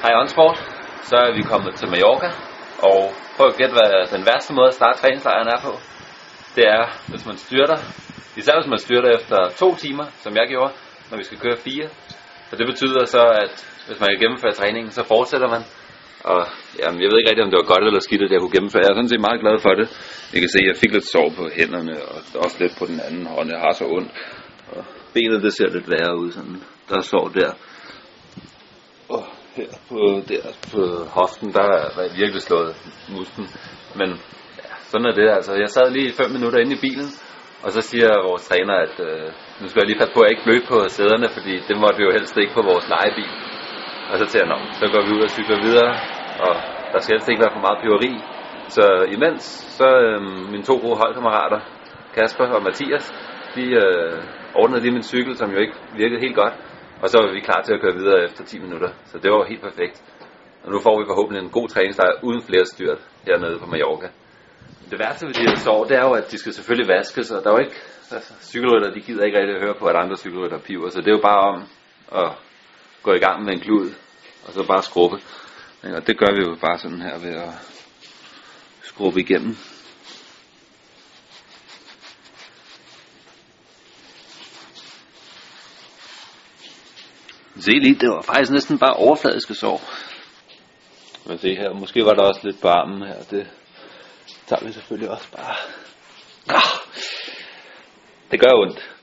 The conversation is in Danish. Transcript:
Hej OnSport, så er vi kommet til Mallorca, og prøv at gætte, hvad den værste måde at starte træningslejren er på. Det er, hvis man styrter, især hvis man styrter efter 2 timer, som jeg gjorde, når vi skal køre 4. Så det betyder så, at hvis man kan gennemføre træningen, så fortsætter man. Og jamen, jeg ved ikke rigtig, om det var godt eller skidt, at jeg kunne gennemføre. Jeg er sådan set meget glad for det. Jeg kan se, at jeg fik lidt sår på hænderne, og også lidt på den anden hånd. Jeg har så ondt. Og benet, det ser lidt værre ud, sådan. Der er sår der. Og her på hoften, der er virkelig slået musklen. Men ja, sådan er det altså. Jeg sad lige 5 minutter inde i bilen, og så siger vores træner, at nu skal jeg lige passe på, at jeg ikke blødt på sæderne, fordi det måtte vi jo helst ikke på vores lejebil. Og så tænker jeg, så går vi ud og cykler videre, og der skal helst ikke være for meget piveri. Så imens, så mine 2 gode holdkammerater, Kasper og Mathias, de ordnede lige min cykel, som jo ikke virkede helt godt. Og så var vi klar til at køre videre efter 10 minutter, så det var helt perfekt. Og nu får vi forhåbentlig en god træningslejr uden flere styrt hernede på Mallorca. Det værste ved de her sår, det er jo, at de skal selvfølgelig vaskes, og der er jo ikke, cykelrytter, de gider ikke rigtig at høre på, at andre cykelrytter piver, så det er jo bare om at gå i gang med en klud, og så bare skrubbe. Og det gør vi jo bare sådan her ved at skrubbe igennem. Se lige, det var faktisk næsten bare overfladiske sår. Men se her, måske var der også lidt på armen her, det tager vi selvfølgelig også bare. Det gør ondt.